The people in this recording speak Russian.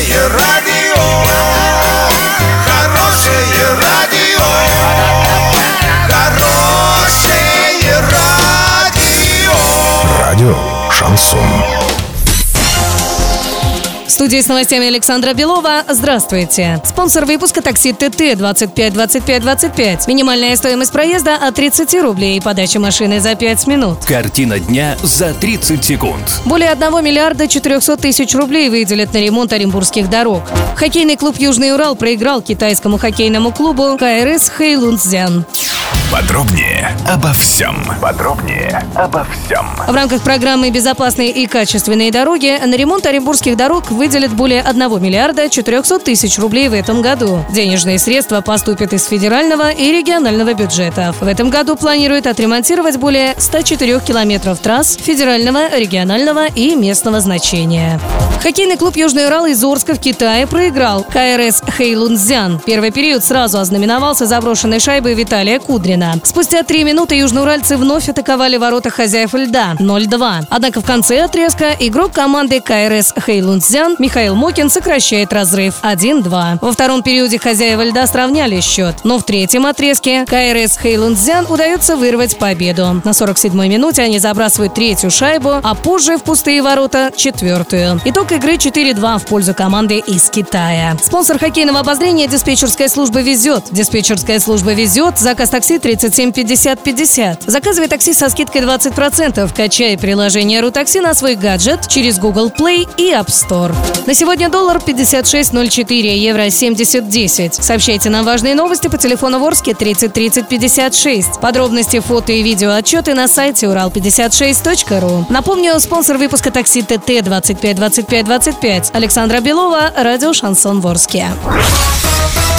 Хорошее радио, хорошее радио, хорошее радио. Радио «Шансон». В студии с новостями Александра Белова. Здравствуйте. Спонсор выпуска такси ТТ 25 25 25. Минимальная стоимость проезда от 30 рублей. Подача машины за 5 минут. Картина дня за 30 секунд. Более 1 миллиарда 400 тысяч рублей выделят на ремонт оренбургских дорог. Хоккейный клуб «Южный Урал» проиграл китайскому хоккейному клубу КРС Хэйлунцзян. Подробнее обо всем. В рамках программы «Безопасные и качественные дороги» на ремонт оренбургских дорог выделят более 1 миллиарда 400 тысяч рублей в этом году. Денежные средства поступят из федерального и регионального бюджетов. В этом году планируют отремонтировать более 104 километров трасс федерального, регионального и местного значения. Хоккейный клуб «Южный Урал» из Орска в Китае проиграл КРС Хэйлунцзян. Первый период сразу ознаменовался заброшенной шайбой Виталия Кудрина. Спустя 3 минуты южноуральцы вновь атаковали ворота хозяев льда 0-2. Однако в конце отрезка игрок команды КРС Хэйлунцзян Михаил Мокин сокращает разрыв 1-2. Во втором периоде хозяева льда сравняли счет, но в третьем отрезке КРС Хэйлунцзян удается вырвать победу. На 47-й минуте они забрасывают третью шайбу, а позже в пустые ворота четвертую. Итог игры 4-2 в пользу команды из Китая. Спонсор хоккейного обозрения — диспетчерская служба «Везет». Диспетчерская служба «Везет». Заказ такси 37 50 50. Заказывай такси со скидкой 20%. Качай приложение «Рутакси» на свой гаджет через Google Play и App Store. На сегодня доллар 56.04, евро 70.10. Сообщайте нам важные новости по телефону в Орске 30 30 56. Подробности, фото и видео отчеты на сайте урал56.ру. Напомню, спонсор выпуска такси ТТ 25 25 25. Александра Белова, радио «Шансон» в Орске.